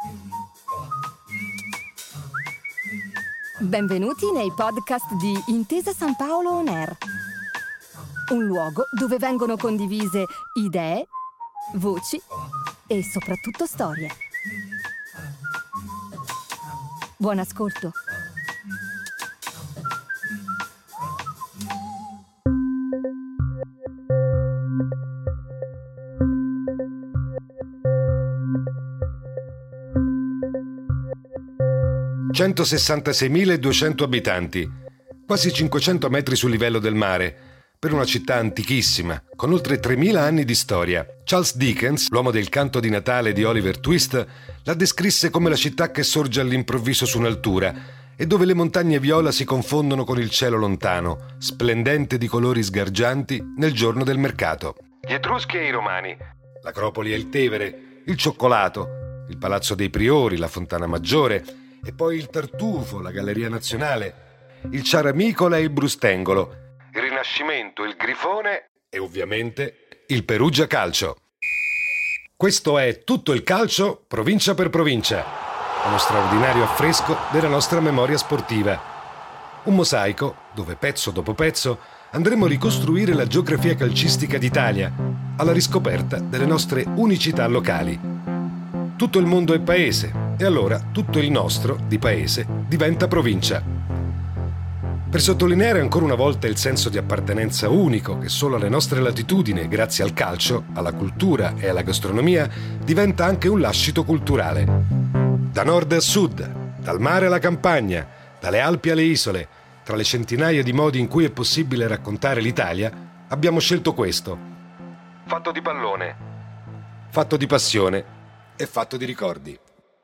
Benvenuti nei podcast di Intesa San Paolo On Air. Un luogo dove vengono condivise idee, voci e soprattutto storie. Buon ascolto. «166.200 abitanti, quasi 500 metri sul livello del mare, per una città antichissima, con oltre 3.000 anni di storia». Charles Dickens, l'uomo del canto di Natale di Oliver Twist, la descrisse come la città che sorge all'improvviso su un'altura e dove le montagne viola si confondono con il cielo lontano, splendente di colori sgargianti nel giorno del mercato. Gli Etruschi e i Romani, l'Acropoli e il Tevere, il cioccolato, il Palazzo dei Priori, la Fontana Maggiore, e poi il Tartufo, la Galleria Nazionale, il Ciaramicola e il Brustengolo, il Rinascimento, il Grifone e ovviamente il Perugia Calcio. Questo è tutto il calcio, provincia per provincia, uno straordinario affresco della nostra memoria sportiva. Un mosaico dove pezzo dopo pezzo andremo a ricostruire la geografia calcistica d'Italia, alla riscoperta delle nostre unicità locali. Tutto il mondo è paese e allora tutto il nostro, di paese, diventa provincia. Per sottolineare ancora una volta il senso di appartenenza unico che solo alle nostre latitudini, grazie al calcio, alla cultura e alla gastronomia, diventa anche un lascito culturale. Da nord a sud, dal mare alla campagna, dalle Alpi alle isole, tra le centinaia di modi in cui è possibile raccontare l'Italia, abbiamo scelto questo. Fatto di pallone, fatto di passione e fatto di ricordi.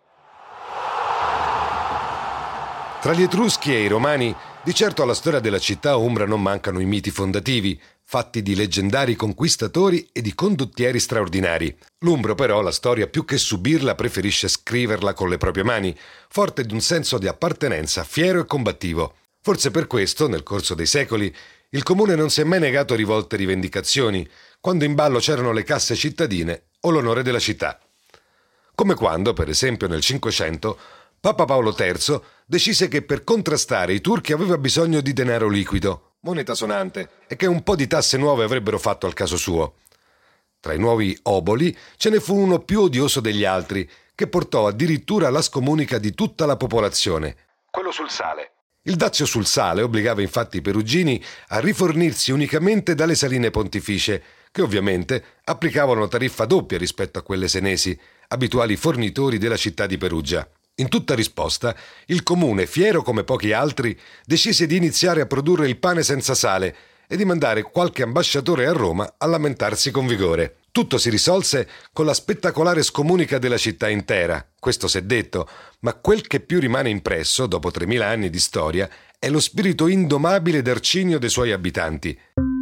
Tra gli Etruschi e i Romani, di certo alla storia della città umbra non mancano i miti fondativi, fatti di leggendari conquistatori e di condottieri straordinari. L'umbro però la storia più che subirla preferisce scriverla con le proprie mani, forte di un senso di appartenenza fiero e combattivo. Forse per questo, nel corso dei secoli, il comune non si è mai negato rivolte rivendicazioni, quando in ballo c'erano le casse cittadine o l'onore della città. Come quando, per esempio, nel Cinquecento, Papa Paolo III decise che per contrastare i turchi aveva bisogno di denaro liquido, moneta sonante, e che un po' di tasse nuove avrebbero fatto al caso suo. Tra i nuovi oboli ce ne fu uno più odioso degli altri, che portò addirittura alla scomunica di tutta la popolazione, quello sul sale. Il dazio sul sale obbligava infatti i perugini a rifornirsi unicamente dalle saline pontificie, che ovviamente applicavano tariffa doppia rispetto a quelle senesi, abituali fornitori della città di Perugia. In tutta risposta, il comune, fiero come pochi altri, decise di iniziare a produrre il pane senza sale e di mandare qualche ambasciatore a Roma a lamentarsi con vigore. Tutto si risolse con la spettacolare scomunica della città intera, questo s'è detto, ma quel che più rimane impresso, dopo 3.000 anni di storia, è lo spirito indomabile ed arcigno dei suoi abitanti.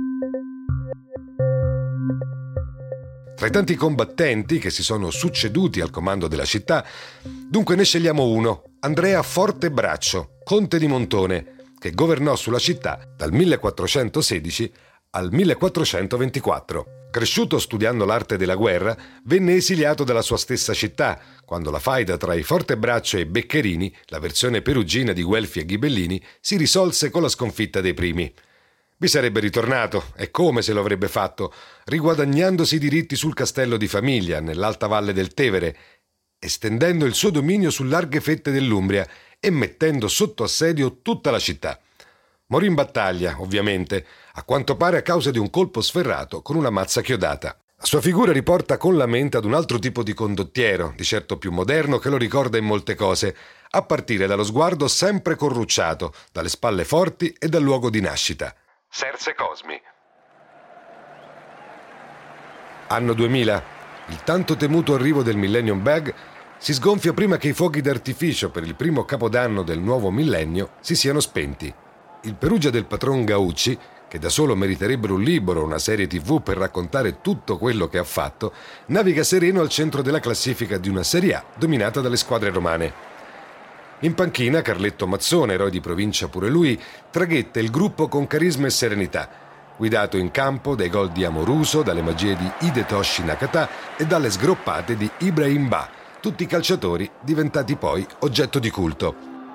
Tra i tanti combattenti che si sono succeduti al comando della città, dunque ne scegliamo uno, Andrea Fortebraccio, conte di Montone, che governò sulla città dal 1416 al 1424. Cresciuto studiando l'arte della guerra, venne esiliato dalla sua stessa città, quando la faida tra i Fortebraccio e i Beccherini, la versione perugina di Guelfi e Ghibellini, si risolse con la sconfitta dei primi. Vi sarebbe ritornato, e come se lo avrebbe fatto, riguadagnandosi i diritti sul castello di famiglia, nell'alta valle del Tevere, estendendo il suo dominio su larghe fette dell'Umbria e mettendo sotto assedio tutta la città. Morì in battaglia, ovviamente, a quanto pare a causa di un colpo sferrato con una mazza chiodata. La sua figura riporta con la mente ad un altro tipo di condottiero, di certo più moderno, che lo ricorda in molte cose, a partire dallo sguardo sempre corrucciato, dalle spalle forti e dal luogo di nascita. Serse Cosmi. Anno 2000. Il tanto temuto arrivo del Millennium Bag si sgonfia prima che i fuochi d'artificio per il primo capodanno del nuovo millennio si siano spenti. Il Perugia del patron Gaucci, che da solo meriterebbero un libro o una serie TV per raccontare tutto quello che ha fatto, naviga sereno al centro della classifica di una Serie A dominata dalle squadre romane. In panchina Carletto Mazzone, eroe di provincia pure lui, traghetta il gruppo con carisma e serenità, guidato in campo dai gol di Amoruso, dalle magie di Hidetoshi Nakata e dalle sgroppate di Ibrahim Ba, tutti calciatori diventati poi oggetto di culto.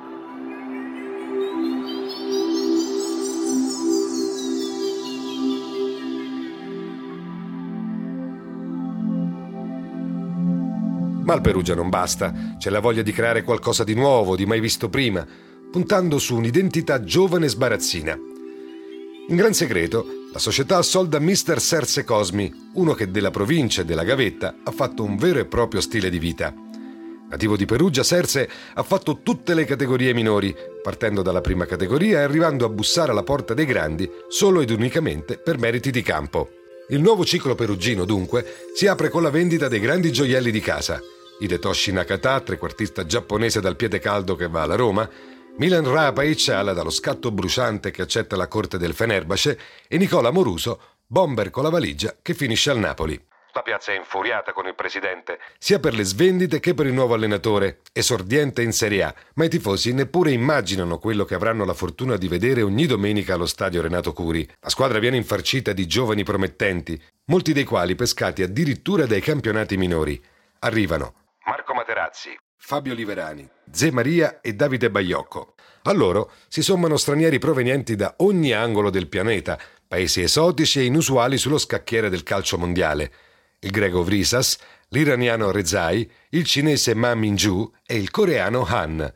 Ma al Perugia non basta, c'è la voglia di creare qualcosa di nuovo, di mai visto prima, puntando su un'identità giovane e sbarazzina. In gran segreto, la società assolda Mr. Serse Cosmi, uno che della provincia e della gavetta ha fatto un vero e proprio stile di vita. Nativo di Perugia, Serse ha fatto tutte le categorie minori, partendo dalla prima categoria e arrivando a bussare alla porta dei grandi solo ed unicamente per meriti di campo. Il nuovo ciclo perugino, dunque, si apre con la vendita dei grandi gioielli di casa. Hidetoshi Nakata, trequartista giapponese dal piede caldo che va alla Roma, Milan Rapaic, ala dallo scatto bruciante che accetta la corte del Fenerbahce, e Nicola Moruso, bomber con la valigia che finisce al Napoli. La piazza è infuriata con il presidente, sia per le svendite che per il nuovo allenatore, esordiente in Serie A, ma i tifosi neppure immaginano quello che avranno la fortuna di vedere ogni domenica allo stadio Renato Curi. La squadra viene infarcita di giovani promettenti, molti dei quali pescati addirittura dai campionati minori. Arrivano Marco Materazzi, Fabio Liverani, Zé Maria e Davide Baiocco. A loro si sommano stranieri provenienti da ogni angolo del pianeta, paesi esotici e inusuali sullo scacchiere del calcio mondiale. Il greco Vrisas, l'iraniano Rezai, il cinese Ma Minju e il coreano Han.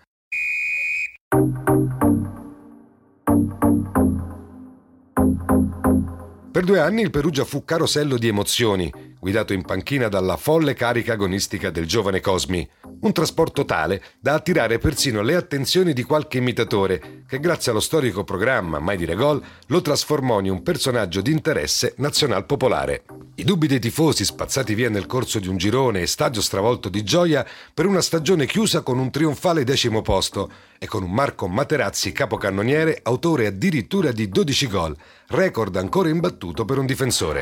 Per 2 anni il Perugia fu carosello di emozioni, guidato in panchina dalla folle carica agonistica del giovane Cosmi. Un trasporto tale da attirare persino le attenzioni di qualche imitatore che, grazie allo storico programma Mai dire gol, lo trasformò in un personaggio di interesse nazional popolare. I dubbi dei tifosi spazzati via nel corso di un girone e stadio stravolto di gioia per una stagione chiusa con un trionfale 10° posto e con un Marco Materazzi capocannoniere, autore addirittura di 12 gol, record ancora imbattuto per un difensore.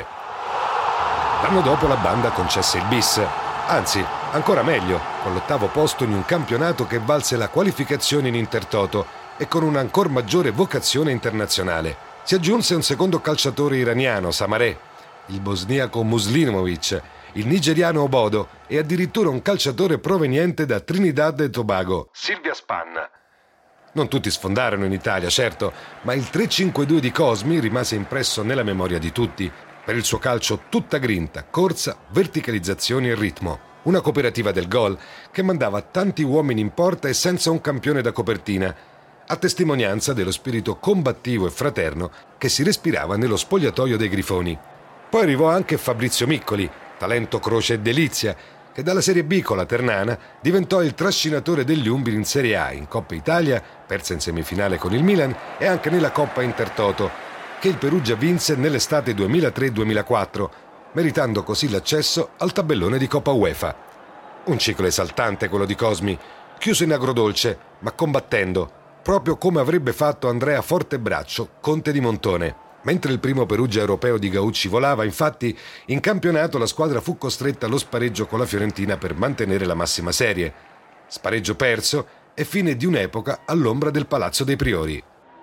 L'anno dopo la banda concesse il bis, anzi, ancora meglio, con l'8° posto in un campionato che valse la qualificazione in Intertoto e con una ancor maggiore vocazione internazionale. Si aggiunse un secondo calciatore iraniano, Samaré, il bosniaco Muslimovic, il nigeriano Obodo e addirittura un calciatore proveniente da Trinidad e Tobago, Silvia Spanna. Non tutti sfondarono in Italia, certo, ma il 3-5-2 di Cosmi rimase impresso nella memoria di tutti per il suo calcio tutta grinta, corsa, verticalizzazioni e ritmo. Una cooperativa del gol che mandava tanti uomini in porta e senza un campione da copertina, a testimonianza dello spirito combattivo e fraterno che si respirava nello spogliatoio dei Grifoni. Poi arrivò anche Fabrizio Miccoli, talento croce e delizia, che dalla Serie B con la Ternana diventò il trascinatore degli Umbri in Serie A, in Coppa Italia, persa in semifinale con il Milan, e anche nella Coppa Intertoto, che il Perugia vinse nell'estate 2003-2004, meritando così l'accesso al tabellone di Coppa UEFA. Un ciclo esaltante quello di Cosmi, chiuso in agrodolce, ma combattendo, proprio come avrebbe fatto Andrea Fortebraccio, conte di Montone. Mentre il primo Perugia europeo di Gaucci volava, infatti, in campionato la squadra fu costretta allo spareggio con la Fiorentina per mantenere la massima serie. Spareggio perso e fine di un'epoca all'ombra del Palazzo dei Priori.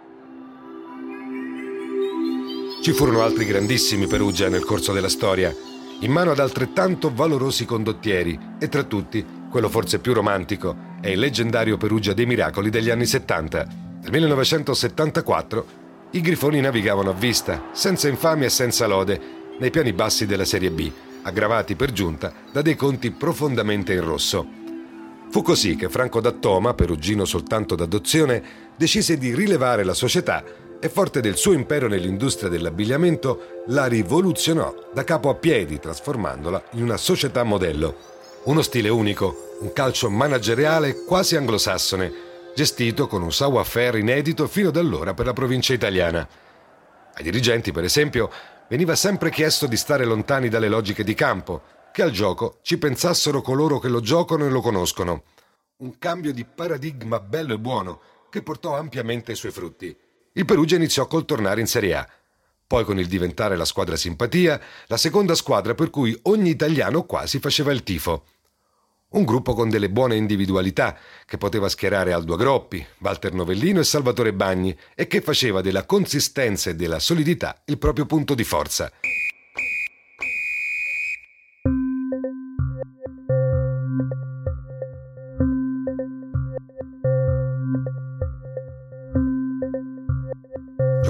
Ci furono altri grandissimi Perugia nel corso della storia, in mano ad altrettanto valorosi condottieri, e tra tutti, quello forse più romantico, è il leggendario Perugia dei miracoli degli anni 70. Nel 1974 i Grifoni navigavano a vista, senza infamia e senza lode, nei piani bassi della Serie B, aggravati per giunta da dei conti profondamente in rosso. Fu così che Franco D'Attoma, perugino soltanto d'adozione, decise di rilevare la società e, forte del suo impero nell'industria dell'abbigliamento, la rivoluzionò da capo a piedi, trasformandola in una società modello. Uno stile unico, un calcio manageriale quasi anglosassone, gestito con un savoir-faire inedito fino ad allora per la provincia italiana. Ai dirigenti, per esempio, veniva sempre chiesto di stare lontani dalle logiche di campo, che al gioco ci pensassero coloro che lo giocano e lo conoscono. Un cambio di paradigma bello e buono che portò ampiamente i suoi frutti. Il Perugia iniziò col tornare in Serie A, poi con il diventare la squadra simpatia, la seconda squadra per cui ogni italiano quasi faceva il tifo. Un gruppo con delle buone individualità, che poteva schierare Aldo Agroppi, Walter Novellino e Salvatore Bagni, e che faceva della consistenza e della solidità il proprio punto di forza.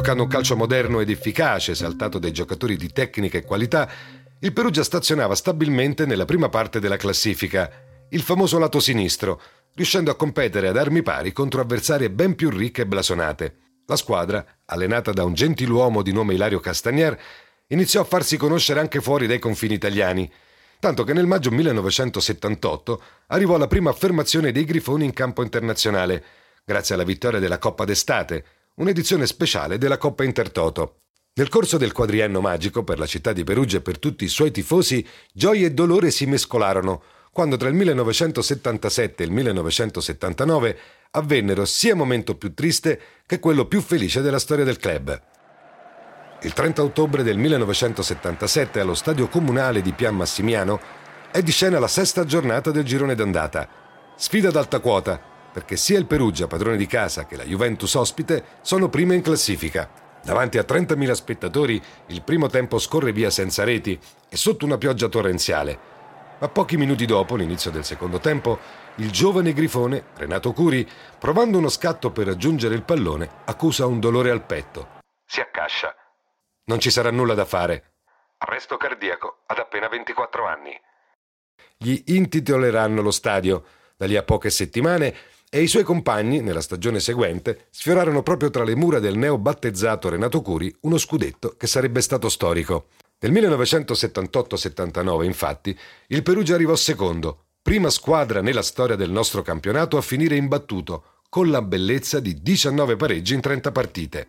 Giocando un calcio moderno ed efficace, esaltato dai giocatori di tecnica e qualità, il Perugia stazionava stabilmente nella prima parte della classifica, il famoso lato sinistro, riuscendo a competere ad armi pari contro avversarie ben più ricche e blasonate. La squadra, allenata da un gentiluomo di nome Ilario Castagnier, iniziò a farsi conoscere anche fuori dai confini italiani, tanto che nel maggio 1978 arrivò la prima affermazione dei Grifoni in campo internazionale, grazie alla vittoria della Coppa d'Estate, un'edizione speciale della Coppa Intertoto. Nel corso del quadriennio magico per la città di Perugia e per tutti i suoi tifosi, gioia e dolore si mescolarono, quando tra il 1977 e il 1979 avvennero sia momento più triste che quello più felice della storia del club. Il 30 ottobre del 1977 allo stadio comunale di Pian Massimiano è di scena la sesta giornata del girone d'andata. Sfida ad alta quota, perché sia il Perugia, padrone di casa, che la Juventus ospite sono prime in classifica. Davanti a 30.000 spettatori il primo tempo scorre via senza reti e sotto una pioggia torrenziale. Ma pochi minuti dopo l'inizio del secondo tempo, il giovane grifone, Renato Curi, provando uno scatto per raggiungere il pallone, accusa un dolore al petto. Si accascia. Non ci sarà nulla da fare. Arresto cardiaco ad appena 24 anni. Gli intitoleranno lo stadio. Da lì a poche settimane e i suoi compagni, nella stagione seguente, sfiorarono proprio tra le mura del neobattezzato Renato Curi uno scudetto che sarebbe stato storico. Nel 1978-79, infatti, il Perugia arrivò secondo, prima squadra nella storia del nostro campionato a finire imbattuto, con la bellezza di 19 pareggi in 30 partite.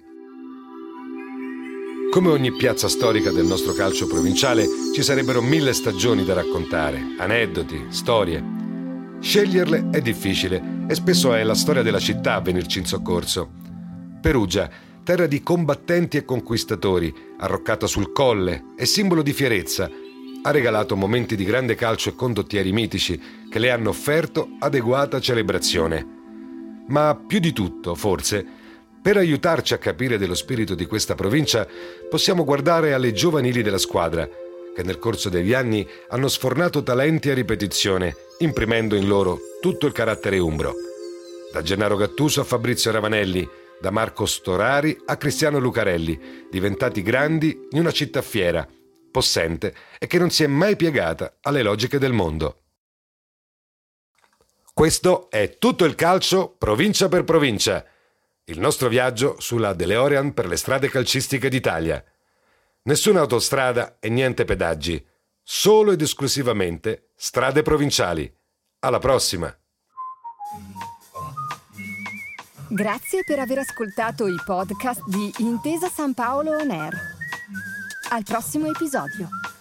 Come ogni piazza storica del nostro calcio provinciale, ci sarebbero 1000 stagioni da raccontare, aneddoti, storie. Sceglierle è difficile e spesso è la storia della città a venirci in soccorso. Perugia, terra di combattenti e conquistatori, arroccata sul colle e simbolo di fierezza, ha regalato momenti di grande calcio e condottieri mitici che le hanno offerto adeguata celebrazione. Ma più di tutto, forse, per aiutarci a capire dello spirito di questa provincia, possiamo guardare alle giovanili della squadra, che nel corso degli anni hanno sfornato talenti a ripetizione, imprimendo in loro tutto il carattere umbro. Da Gennaro Gattuso a Fabrizio Ravanelli, da Marco Storari a Cristiano Lucarelli, diventati grandi in una città fiera, possente e che non si è mai piegata alle logiche del mondo. Questo è tutto il calcio provincia per provincia, il nostro viaggio sulla DeLorean per le strade calcistiche d'Italia. Nessuna autostrada e niente pedaggi, solo ed esclusivamente strade provinciali. Alla prossima! Grazie per aver ascoltato i podcast di Intesa San Paolo On Air. Al prossimo episodio.